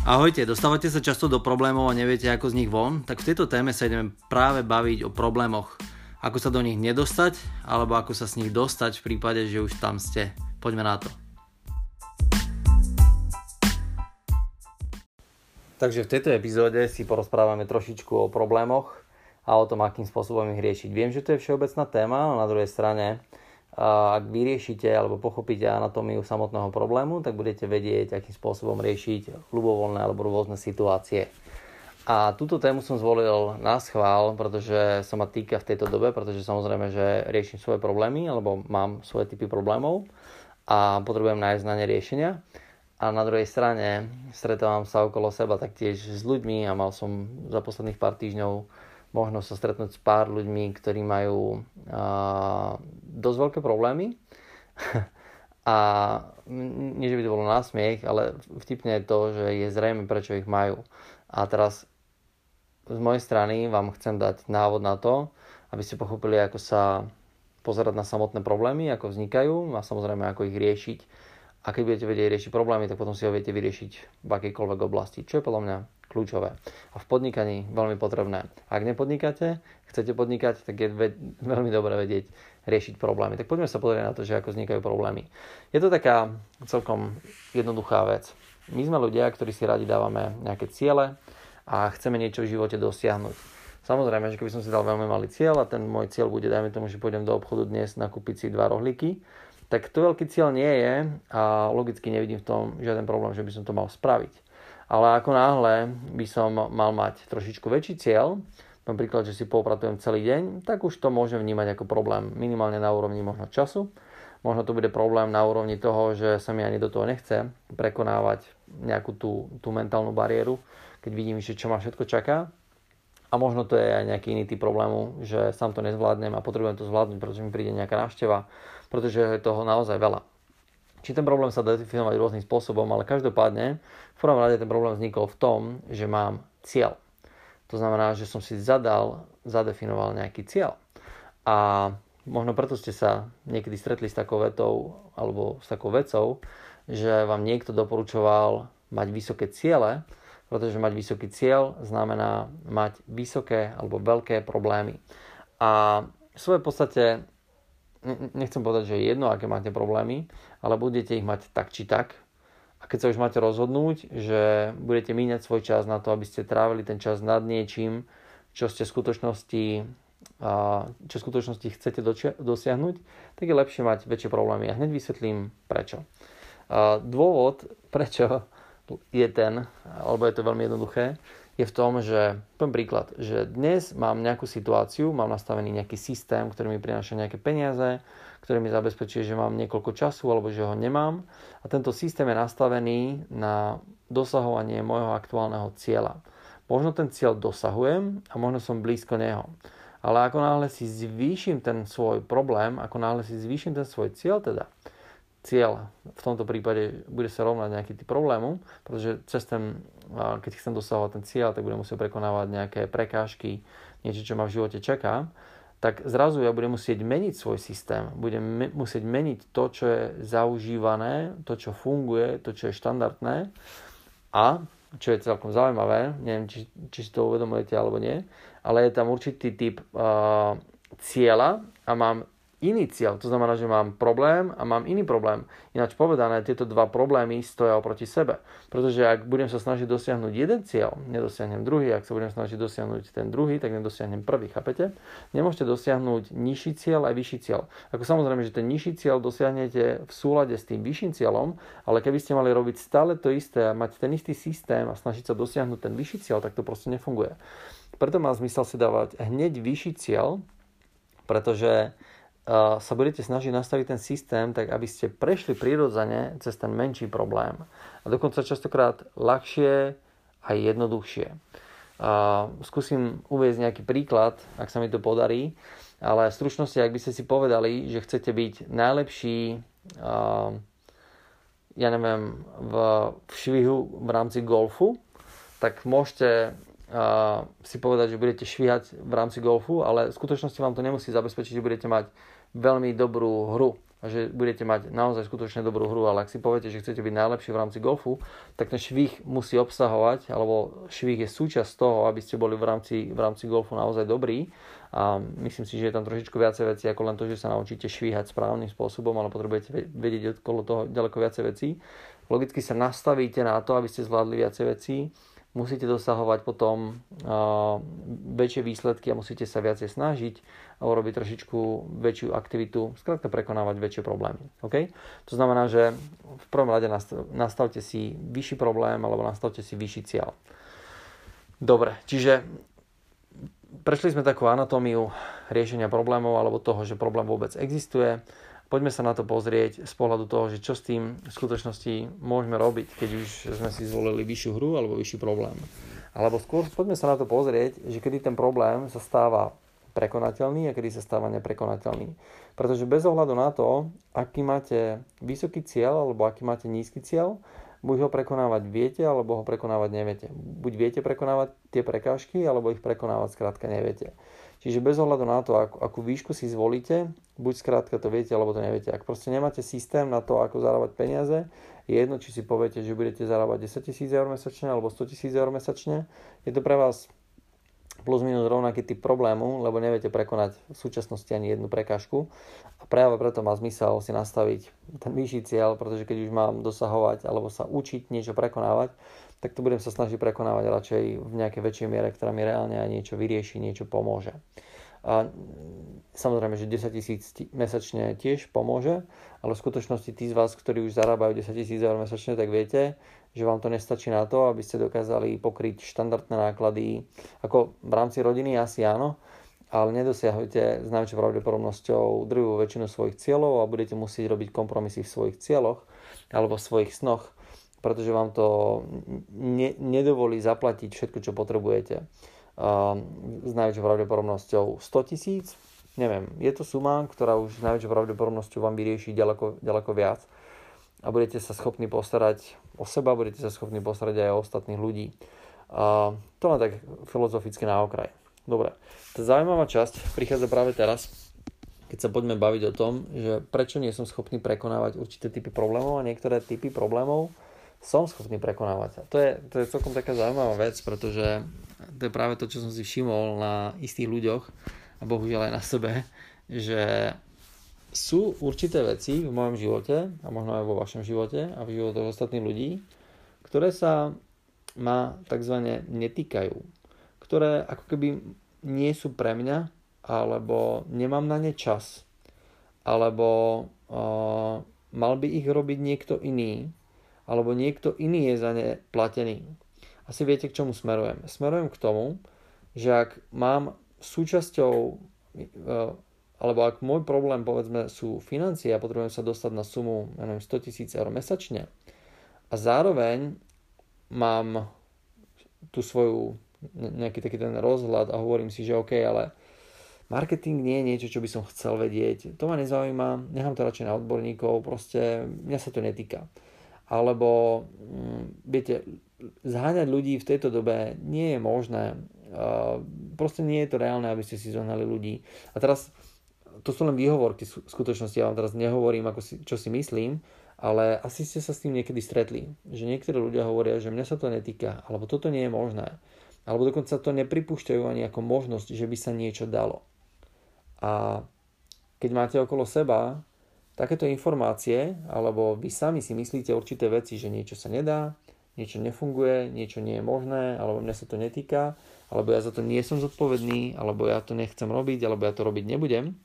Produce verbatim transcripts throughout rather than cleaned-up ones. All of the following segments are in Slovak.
Ahojte, dostávate sa často do problémov a neviete ako z nich von? Tak v tejto téme sa ideme práve baviť o problémoch. Ako sa do nich nedostať, alebo ako sa s nich dostať v prípade, že už tam ste. Poďme na to. Takže v tejto epizóde si porozprávame trošičku o problémoch a o tom, akým spôsobom ich riešiť. Viem, že to je všeobecná téma, ale na druhej strane, ak vyriešite alebo pochopíte anatómiu samotného problému, tak budete vedieť, akým spôsobom riešiť ľubovoľné alebo rôzne situácie. A túto tému som zvolil na schvál, pretože sa ma týka v tejto dobe, pretože samozrejme, že riešim svoje problémy alebo mám svoje typy problémov a potrebujem nájsť na ne riešenia. A na druhej strane stretávam sa okolo seba taktiež s ľuďmi a mal som za posledných pár týždňov možnosť sa stretnúť s pár ľuďmi, ktorí majú a, dosť veľké problémy. A nie, že by to bolo násmiech, ale vtipne je to, že je zrejme, prečo ich majú. A teraz z mojej strany vám chcem dať návod na to, aby ste pochopili, ako sa pozerať na samotné problémy, ako vznikajú a samozrejme, ako ich riešiť. A keď budete vedieť riešiť problémy, tak potom si ho viete vyriešiť v akejkoľvek oblasti, čo je podľa mňa kľúčové. A v podnikaní veľmi potrebné. Ak nepodnikáte, chcete podnikať, tak je ve- veľmi dobre vedieť riešiť problémy. Tak poďme sa pozrieť na to, že ako vznikajú problémy. Je to taká celkom jednoduchá vec. My sme ľudia, ktorí si radi dávame nejaké ciele a chceme niečo v živote dosiahnuť. Samozrejme, že keby som si dal veľmi malý cieľ a ten môj cieľ bude, dajme tomu, že pôjdem do obchodu dnes nakúpiť si dva rohlíky, tak to veľký cieľ nie je a logicky nevidím v tom žiaden problém, že by som to mal spraviť. Ale ako náhle by som mal mať trošičku väčší cieľ, napríklad, že si poupratujem celý deň, tak už to môžem vnímať ako problém minimálne na úrovni možno času. Možno to bude problém na úrovni toho, že sa mi ani do toho nechce prekonávať nejakú tú, tú mentálnu bariéru, keď vidím, že čo ma všetko čaká. A možno to je aj nejaký iný typ problému, že sám to nezvládnem a potrebujem to zvládnuť, pretože mi príde nejaká návšteva, pretože je toho naozaj veľa. Či ten problém sa dá definovať rôznym spôsobom, ale každopádne v prvom rade ten problém vznikol v tom, že mám cieľ. To znamená, že som si zadal, zadefinoval nejaký cieľ. A možno preto ste sa niekedy stretli s takou vetou alebo s takou vecou, že vám niekto doporučoval mať vysoké ciele, pretože mať vysoký cieľ znamená mať vysoké alebo veľké problémy. A v svojej podstate nechcem povedať, že je jedno, aké máte problémy, ale budete ich mať tak či tak. A keď sa už máte rozhodnúť, že budete míňať svoj čas na to, aby ste trávili ten čas nad niečím, čo ste v skutočnosti, čo v skutočnosti chcete dosiahnuť, tak je lepšie mať väčšie problémy. A hneď vysvetlím prečo. Dôvod, prečo je ten, alebo je to veľmi jednoduché, je v tom, že, poviem príklad, že dnes mám nejakú situáciu, mám nastavený nejaký systém, ktorý mi prináša nejaké peniaze, ktorý mi zabezpečuje, že mám niekoľko času, alebo že ho nemám. A tento systém je nastavený na dosahovanie môjho aktuálneho cieľa. Možno ten cieľ dosahujem a možno som blízko neho. Ale ako náhle si zvýšim ten svoj problém, ako náhle si zvýšim ten svoj cieľ, teda cieľ v tomto prípade bude sa rovnať nejaký typ problému, pretože cez ten, keď chcem dosahovať ten cieľ, tak budem musieť prekonávať nejaké prekážky, niečo, čo ma v živote čaká, tak zrazu ja budem musieť meniť svoj systém, budem me- musieť meniť to, čo je zaužívané, to, čo funguje, to, čo je štandardné a, čo je celkom zaujímavé, neviem, či, či si to uvedomujete alebo nie, ale je tam určitý typ uh, cieľa a mám iný cieľ, to znamená, že mám problém a mám iný problém. Ináč povedané, tieto dva problémy stoja oproti sebe. Pretože ak budem sa snažiť dosiahnuť jeden cieľ, nedosiahnem druhý, ak sa budem snažiť dosiahnuť ten druhý, tak nedosiahnem prvý, chápete? Nemôžete dosiahnuť nižší cieľ aj vyšší cieľ. Ako samozrejme, že ten nižší cieľ dosiahnete v súlade s tým vyšším cieľom, ale keby ste mali robiť stále to isté a mať ten istý systém a snažiť sa dosiahnuť ten vyšší cieľ, tak to proste nefunguje. Preto má zmysel si dávať hneď vyšší cieľ, pretože sa budete snažiť nastaviť ten systém tak, aby ste prešli prirodzene cez ten menší problém. A dokonca častokrát ľahšie a jednoduchšie. Skúsim uviesť nejaký príklad, ak sa mi to podarí, ale v stručnosti, ak by ste si povedali, že chcete byť najlepší, ja neviem, v, v švihu v rámci golfu, tak môžete si povedať, že budete švíhať v rámci golfu, ale v skutočnosti vám to nemusí zabezpečiť, že budete mať veľmi dobrú hru a že budete mať naozaj skutočne dobrú hru, ale ak si poviete, že chcete byť najlepší v rámci golfu, tak ten švih musí obsahovať, alebo švih je súčasť toho, aby ste boli v rámci, v rámci golfu naozaj dobrí. A myslím si, že je tam trošičku viacej vecí ako len to, že sa naučíte švíhať správnym spôsobom, ale potrebujete vedieť okolo toho ďaleko viacej vecí. Logicky sa nastavíte na to, aby ste zvládli viacej vecí. Musíte dosahovať potom uh, väčšie výsledky a musíte sa viacej snažiť a urobiť trošičku väčšiu aktivitu, skrátka prekonávať väčšie problémy. Okay? To znamená, že v prvom rade nastavte si vyšší problém alebo nastavte si vyšší cieľ. Dobre, čiže prešli sme takú anatómiu riešenia problémov alebo toho, že problém vôbec existuje. Poďme sa na to pozrieť z pohľadu toho, že čo s tým v skutočnosti môžeme robiť, keď už sme si zvolili vyššiu hru alebo vyšší problém. Alebo skôr poďme sa na to pozrieť, že kedy ten problém sa stáva prekonateľný a kedy sa stáva neprekonateľný. Pretože bez ohľadu na to, aký máte vysoký cieľ alebo aký máte nízky cieľ, buď ho prekonávať viete, alebo ho prekonávať neviete. Buď viete prekonávať tie prekážky, alebo ich prekonávať skrátka neviete. Čiže bez ohľadu na to, akú, akú výšku si zvolíte, buď skrátka to viete, alebo to neviete. Ak proste nemáte systém na to, ako zarábať peniaze, je jedno, či si poviete, že budete zarábať desaťtisíc eur mesačne alebo stotisíc eur mesačne, je to pre vás plus minus rovnaký typ problému, lebo neviete prekonať v súčasnosti ani jednu prekážku. A práve preto má zmysel si nastaviť ten vyšší cieľ, pretože keď už mám dosahovať alebo sa učiť niečo prekonávať, tak to budem sa snažiť prekonávať radšej v nejakej väčšej miere, ktorá mi reálne aj niečo vyrieši, niečo pomôže. A samozrejme, že desaťtisíc mesačne tiež pomôže, ale v skutočnosti tí z vás, ktorí už zarábajú desaťtisíc eur mesačne, tak viete, že vám to nestačí na to, aby ste dokázali pokryť štandardné náklady. Ako v rámci rodiny asi áno, ale nedosiahujete s najväčšou pravdepodobnosťou drvivú väčšinu svojich cieľov a budete musieť robiť kompromisy v svojich cieľoch alebo v svojich snoch, pretože vám to ne- nedovolí zaplatiť všetko, čo potrebujete. Uh, s najväčšou pravdepodobnosťou sto tisíc, neviem, je to suma, ktorá už s najväčšou pravdepodobnosťou vám vyrieši ďaleko, ďaleko viac a budete sa schopní postarať o seba, budete sa schopní postarať aj o ostatných ľudí. Uh, to len tak filozoficky na okraj. Dobre, tá zaujímavá časť prichádza práve teraz, keď sa poďme baviť o tom, že prečo nie som schopný prekonávať určité typy problémov a niektoré typy problémov som schopný prekonávať. A to je, to je celkom taká zaujímavá vec, pretože to je práve to, čo som si všimol na istých ľuďoch a bohužiaľ aj na sebe, že sú určité veci v mojom živote a možno aj vo vašom živote a v životoch ostatných ľudí, ktoré sa ma takzvané netýkajú, ktoré ako keby nie sú pre mňa, alebo nemám na ne čas, alebo uh, mal by ich robiť niekto iný, alebo niekto iný je za ne platený. Asi viete, k čomu smerujem. Smerujem k tomu, že ak mám súčasťou, alebo ak môj problém, povedzme, sú financie a potrebujem sa dostať na sumu, ja neviem, sto tisíc eur mesačne a zároveň mám tú svoju, nejaký taký ten rozhľad a hovorím si, že OK, ale marketing nie je niečo, čo by som chcel vedieť. To ma nezaujíma, nechám to radšej na odborníkov, proste mňa sa to netýka. Alebo, viete, zháňať ľudí v tejto dobe nie je možné. Proste nie je to reálne, aby ste si zohnali ľudí. A teraz, to sú len výhovorky v skutočnosti, ja vám teraz nehovorím, ako si, čo si myslím, ale asi ste sa s tým niekedy stretli. Že niektorí ľudia hovoria, že mňa sa to netýka, alebo toto nie je možné. Alebo dokonca to nepripúšťajú ani ako možnosť, že by sa niečo dalo. A keď máte okolo seba takéto informácie, alebo vy sami si myslíte určité veci, že niečo sa nedá, niečo nefunguje, niečo nie je možné, alebo mňa sa to netýka, alebo ja za to nie som zodpovedný, alebo ja to nechcem robiť, alebo ja to robiť nebudem,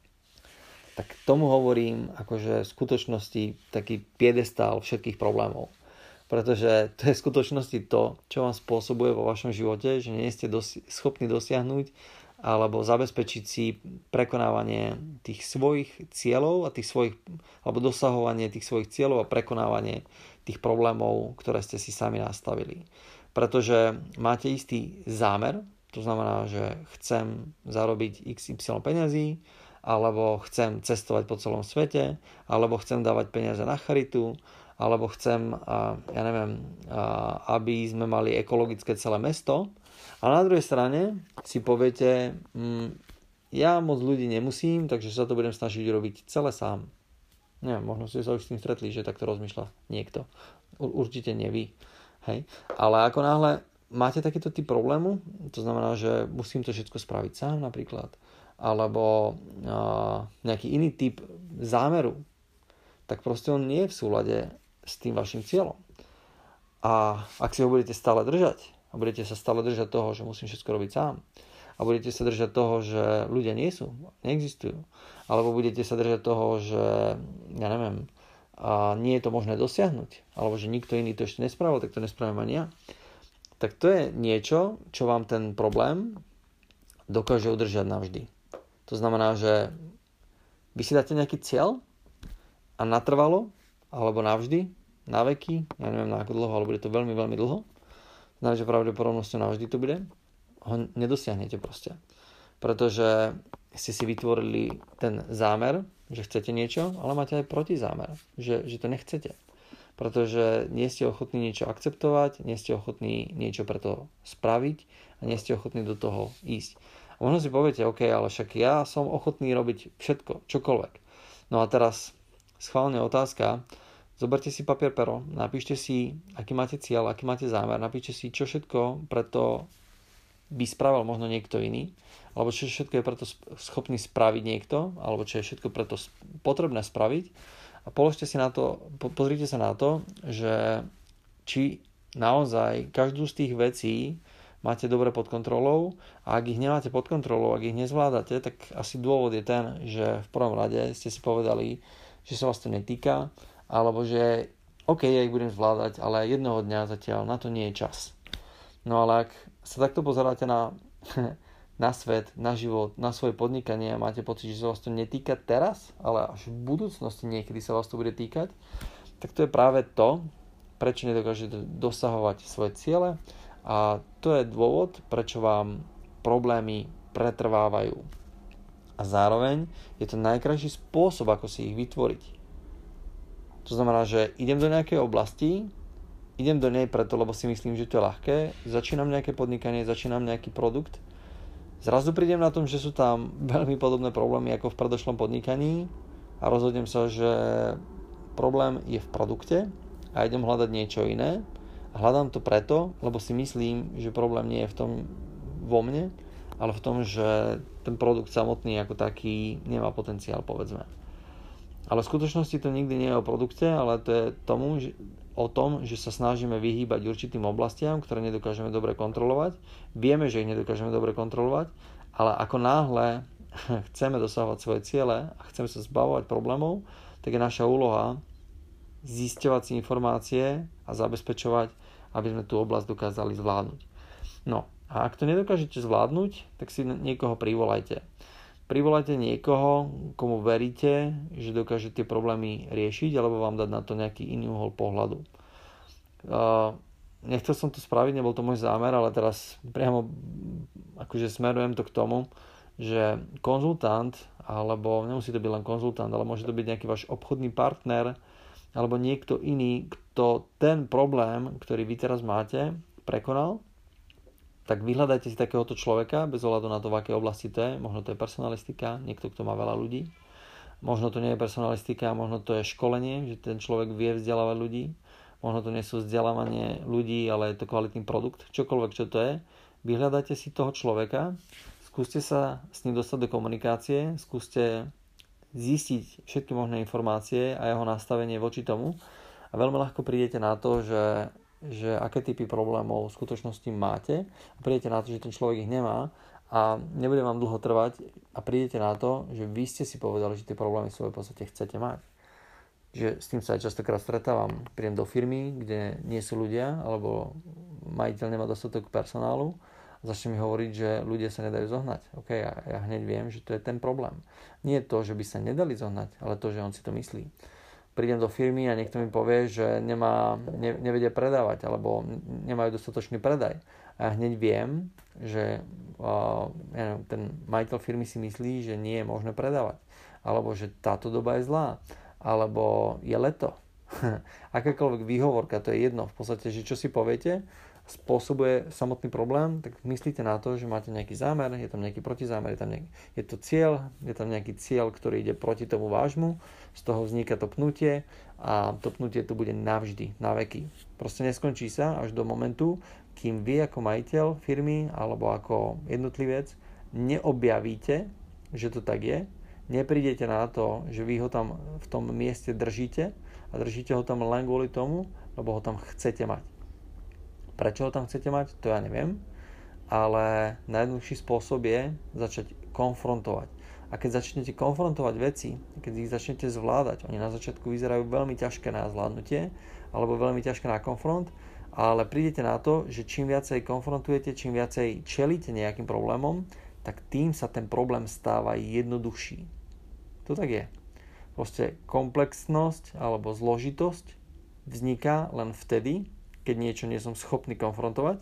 tak tomu hovorím akože v skutočnosti taký piedestál všetkých problémov. Pretože to je v skutočnosti to, čo vám spôsobuje vo vašom živote, že nie ste dosi- schopní dosiahnuť alebo zabezpečiť si prekonávanie tých svojich cieľov a tých svojich, alebo dosahovanie tých svojich cieľov a prekonávanie tých problémov, ktoré ste si sami nastavili. Pretože máte istý zámer, to znamená, že chcem zarobiť iks ypsilon peňazí, alebo chcem cestovať po celom svete, alebo chcem dávať peniaze na charitu, alebo chcem, ja neviem, aby sme mali ekologické celé mesto. A na druhej strane si poviete, mm, ja moc ľudí nemusím, takže sa to budem snažiť robiť celé sám. Neviem, možno ste sa už s tým stretli, že takto rozmýšľa niekto. Určite nie vy. Hej. Ale ako náhle máte takýto typ problému, to znamená, že musím to všetko spraviť sám napríklad, alebo uh, nejaký iný typ zámeru, tak proste on nie je v súlade s tým vašim cieľom. A ak si ho budete stále držať, a budete sa stále držať toho, že musím všetko robiť sám, a budete sa držať toho, že ľudia nie sú, neexistujú, alebo budete sa držať toho, že ja neviem, a nie je to možné dosiahnuť, alebo že nikto iný to ešte nespravil, tak to nespravím ani ja, tak to je niečo, čo vám ten problém dokáže udržať navždy. To znamená, že vy si dáte nejaký cieľ a natrvalo, alebo navždy, na veky, ja neviem na ako dlho, ale bude to veľmi, veľmi dlho, znamená, že pravdepodobnosťou navždy to bude, ho nedosiahnete proste. Pretože ste si vytvorili ten zámer, že chcete niečo, ale máte aj protizámer, že, že to nechcete. Pretože nie ste ochotní niečo akceptovať, nie ste ochotní niečo preto spraviť a nie ste ochotní do toho ísť. A možno si poviete, OK, ale však ja som ochotný robiť všetko, čokoľvek. No a teraz schválne otázka, zoberte si papier, pero, napíšte si, aký máte cieľ, aký máte zámer, napíšte si, čo všetko preto by spravil možno niekto iný, alebo čo všetko je preto schopný spraviť niekto, alebo čo je všetko preto potrebné spraviť. A položte si na to, pozrite sa na to, že či naozaj každú z tých vecí máte dobre pod kontrolou a ak ich nemáte pod kontrolou, ak ich nezvládate, tak asi dôvod je ten, že v prvom rade ste si povedali, že sa vás to netýka, alebo že OK, ja ich budem zvládať, ale jednoho dňa zatiaľ na to nie je čas. No ale ak sa takto pozeráte na, na svet, na život, na svoje podnikanie a máte pocit, že sa vás to netýka teraz, ale až v budúcnosti niekedy sa vás to bude týkať, tak to je práve to, prečo nedokážete dosahovať svoje ciele a to je dôvod, prečo vám problémy pretrvávajú. A zároveň je to najkrajší spôsob, ako si ich vytvoriť. To znamená, že idem do nejakej oblasti, idem do nej preto, lebo si myslím, že to je ľahké, začínam nejaké podnikanie, začínam nejaký produkt, zrazu prídem na tom, že sú tam veľmi podobné problémy ako v predošlom podnikaní a rozhodnem sa, že problém je v produkte a idem hľadať niečo iné a hľadám to preto, lebo si myslím, že problém nie je v tom vo mne, ale v tom, že ten produkt samotný ako taký nemá potenciál, povedzme. Ale v skutočnosti to nikdy nie je o produkte, ale to je tomu, že o tom, že sa snažíme vyhýbať určitým oblastiam, ktoré nedokážeme dobre kontrolovať. Vieme, že ich nedokážeme dobre kontrolovať, ale ako náhle chceme dosahovať svoje ciele a chceme sa zbavovať problémov, tak je naša úloha zisťovať si informácie a zabezpečovať, aby sme tú oblasť dokázali zvládnuť. No a ak to nedokážete zvládnuť, tak si niekoho privolajte. Privolajte niekoho, komu veríte, že dokáže tie problémy riešiť, alebo vám dať na to nejaký iný uhol pohľadu. Uh, nechcel som to spraviť, nebol to môj zámer, ale teraz priamo akože smerujem to k tomu, že konzultant, alebo nemusí to byť len konzultant, ale môže to byť nejaký váš obchodný partner, alebo niekto iný, kto ten problém, ktorý vy teraz máte, prekonal, tak vyhľadajte si takéhoto človeka, bez ohľadu na to, v akej oblasti to je. Možno to je personalistika, niekto, kto má veľa ľudí. Možno to nie je personalistika, možno to je školenie, že ten človek vie vzdelávať ľudí. Možno to nie sú vzdelávanie ľudí, ale je to kvalitný produkt. Čokoľvek, čo to je. Vyhľadajte si toho človeka, skúste sa s ním dostať do komunikácie, skúste zistiť všetky možné informácie a jeho nastavenie voči tomu. A veľmi ľahko prídete na to, že že aké typy problémov v skutočnosti máte a prídete na to, že ten človek ich nemá a nebude vám dlho trvať a prídete na to, že vy ste si povedali, že tie problémy v svojej podstate chcete mať. Že s tým sa aj častokrát stretávam. Prídem do firmy, kde nie sú ľudia alebo majiteľ nemá dostatok personálu a začne mi hovoriť, že ľudia sa nedajú zohnať. OK, ja, ja hneď viem, že to je ten problém. Nie to, že by sa nedali zohnať, ale to, že on si to myslí. Prídem do firmy a niekto mi povie, že nemá, ne, nevedia predávať alebo nemajú dostatočný predaj. A ja hneď viem, že uh, ja neviem, ten majiteľ firmy si myslí, že nie je možné predávať. Alebo že táto doba je zlá. Alebo je leto. Akákoľvek výhovorka, to je jedno. V podstate, že čo si poviete, v spôsobuje samotný problém, tak myslíte na to, že máte nejaký zámer, je tam nejaký protizámer, je tam nejaký, je to cieľ, je tam nejaký cieľ, ktorý ide proti tomu vášmu, z toho vzniká to pnutie a to pnutie tu bude navždy, na veky. Proste neskončí sa až do momentu, kým vy ako majiteľ firmy alebo ako jednotlivec neobjavíte, že to tak je, neprídete na to, že vy ho tam v tom mieste držíte a držíte ho tam len kvôli tomu, lebo ho tam chcete mať. Prečo ho tam chcete mať, to ja neviem, ale najjednoduchší spôsob je začať konfrontovať. A keď začnete konfrontovať veci, keď ich začnete zvládať, oni na začiatku vyzerajú veľmi ťažké na zvládnutie alebo veľmi ťažké na konfront, ale prídete na to, že čím viacej konfrontujete, čím viacej čelíte nejakým problémom, tak tým sa ten problém stáva jednoduchší. To tak je. Proste komplexnosť alebo zložitosť vzniká len vtedy, keď niečo nie som schopný konfrontovať.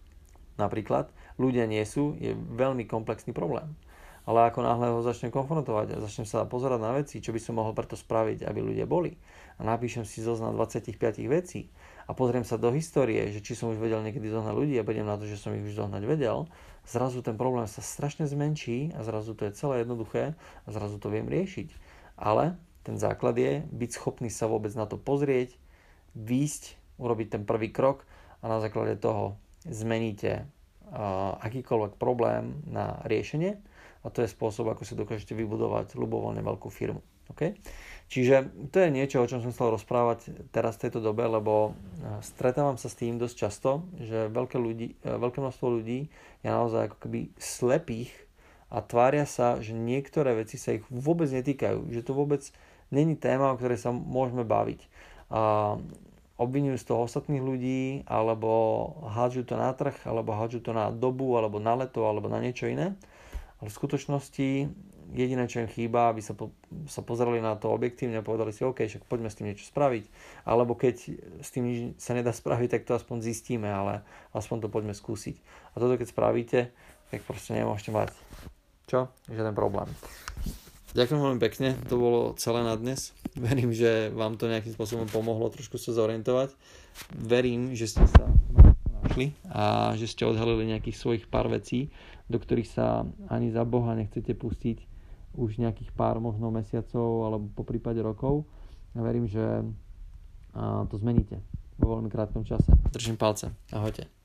Napríklad, ľudia nie sú, je veľmi komplexný problém. Ale ako náhle ho začnem konfrontovať a začnem sa pozerať na veci, čo by som mohol preto spraviť, aby ľudia boli, a napíšem si zoznam dvadsaťpäť vecí a pozriem sa do histórie, že či som už vedel niekedy zohnať ľudí a budem na to, že som ich už zohnať vedel, zrazu ten problém sa strašne zmenší a zrazu to je celé jednoduché a zrazu to viem riešiť. Ale ten základ je byť schopný sa vôbec na to pozrieť, výjsť, urobiť ten prvý krok a na základe toho zmeníte uh, akýkoľvek problém na riešenie a to je spôsob, ako si dokážete vybudovať ľubovoľne veľkú firmu. Okay? Čiže to je niečo, o čom som chcel rozprávať teraz v tejto dobe, lebo stretávam sa s tým dosť často, že veľké, ľudí, veľké množstvo ľudí je naozaj ako keby slepých a tvária sa, že niektoré veci sa ich vôbec netýkajú, že to vôbec není téma, o ktorej sa môžeme baviť. A obvinujú z toho ostatných ľudí, alebo hádžu to na trh, alebo hádžu to na dobu, alebo na leto, alebo na niečo iné. Ale v skutočnosti jediné, čo im chýba, aby sa, po, sa pozerali na to objektívne a povedali si, OK, však poďme s tým niečo spraviť. Alebo keď s tým nič sa nedá spraviť, tak to aspoň zistíme, ale aspoň to poďme skúsiť. A toto keď spravíte, tak proste nemôžete mať čo? Žiaden problém. Ďakujem veľmi pekne, to bolo celé na dnes. Verím, že vám to nejakým spôsobom pomohlo trošku sa zorientovať. Verím, že ste sa našli a že ste odhalili nejakých svojich pár vecí, do ktorých sa ani za Boha nechcete pustiť už nejakých pár možno mesiacov alebo po prípade rokov. A verím, že to zmeníte vo veľmi krátkom čase. Držím palce. Ahojte.